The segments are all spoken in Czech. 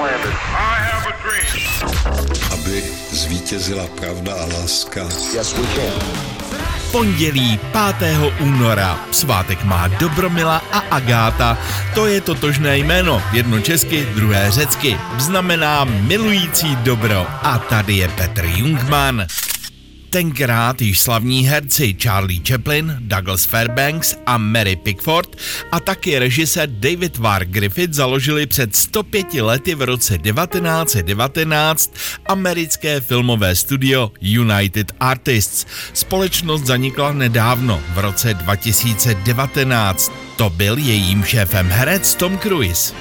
Aby zvítězila pravda a láska. Yes, we can. Pondělí 5. února. Svátek má Dobromila a Agáta. To je totožné jméno. Jedno česky, druhé řecky. Znamená milující dobro. A tady je Petr Jungmann. Tenkrát již slavní herci Charlie Chaplin, Douglas Fairbanks a Mary Pickford a taky režisér David Warr Griffith založili před 105 lety v roce 1919 americké filmové studio United Artists. Společnost zanikla nedávno, v roce 2019. To byl jejím šéfem herec Tom Cruise.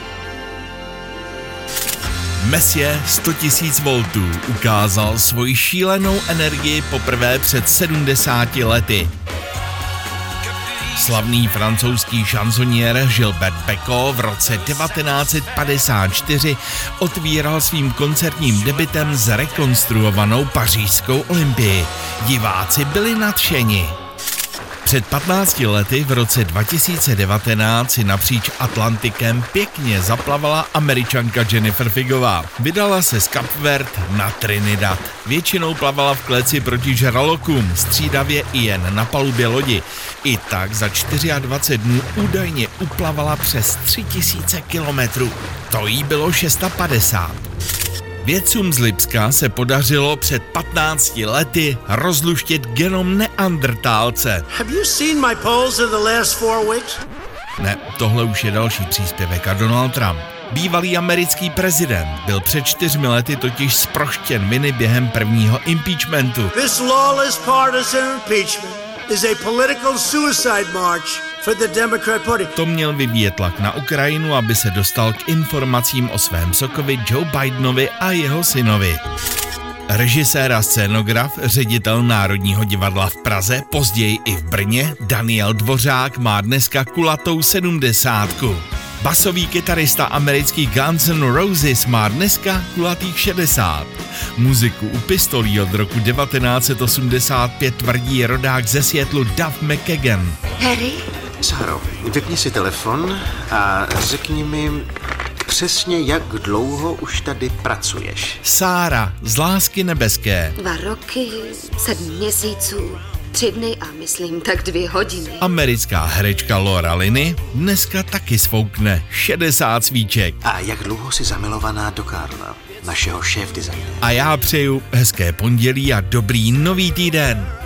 Messier 100 000 V ukázal svoji šílenou energii poprvé před 70 lety. Slavný francouzský šanzoniér Gilbert Bécaud v roce 1954 otvíral svým koncertním debutem zrekonstruovanou pařížskou Olympii. Diváci byli nadšeni. Před 15 lety v roce 2019 si napříč Atlantikem pěkně zaplavala Američanka Jennifer Figová. Vydala se z Cape Verde na Trinidad. Většinou plavala v kleci proti žralokům, střídavě i jen na palubě lodi. I tak za 24 dnů údajně uplavala přes 3000 kilometrů. To jí bylo 650. Vědcům z Lipska se podařilo před 15 lety rozluštit genom neandrtálce. Have you seen my polls in the last 4 weeks? Ne, tohle už je další příspěvek a Donald Trump. Bývalý americký prezident byl před 4 lety totiž zproštěn viny během prvního impeachmentu. This lawless partisan impeachment is a political suicide march for the Democrat Party. To měl vyvíjet tlak na Ukrajinu, aby se dostal k informacím o svém sokovi Joe Bidenovi a jeho synovi. Režisér a scénograf, ředitel Národního divadla v Praze, později i v Brně, Daniel Dvořák má dneska kulatou 70. Basový kytarista amerických Guns N' Roses má dneska kulatých 60. Muziku u pistolí od roku 1985 tvrdí rodák ze Seattlu Duff McKagan. Harry? Sáro, vypni si telefon a řekni mi přesně, jak dlouho už tady pracuješ. Sára z Lásky nebeské. 2 roky, 7 měsíců, 3 dny a myslím tak 2 hodiny. Americká herečka Laura Linney dneska taky svoukne 60 svíček. A jak dlouho jsi zamilovaná do Karla, našeho šéf-designéra? A já přeju hezké pondělí a dobrý nový týden.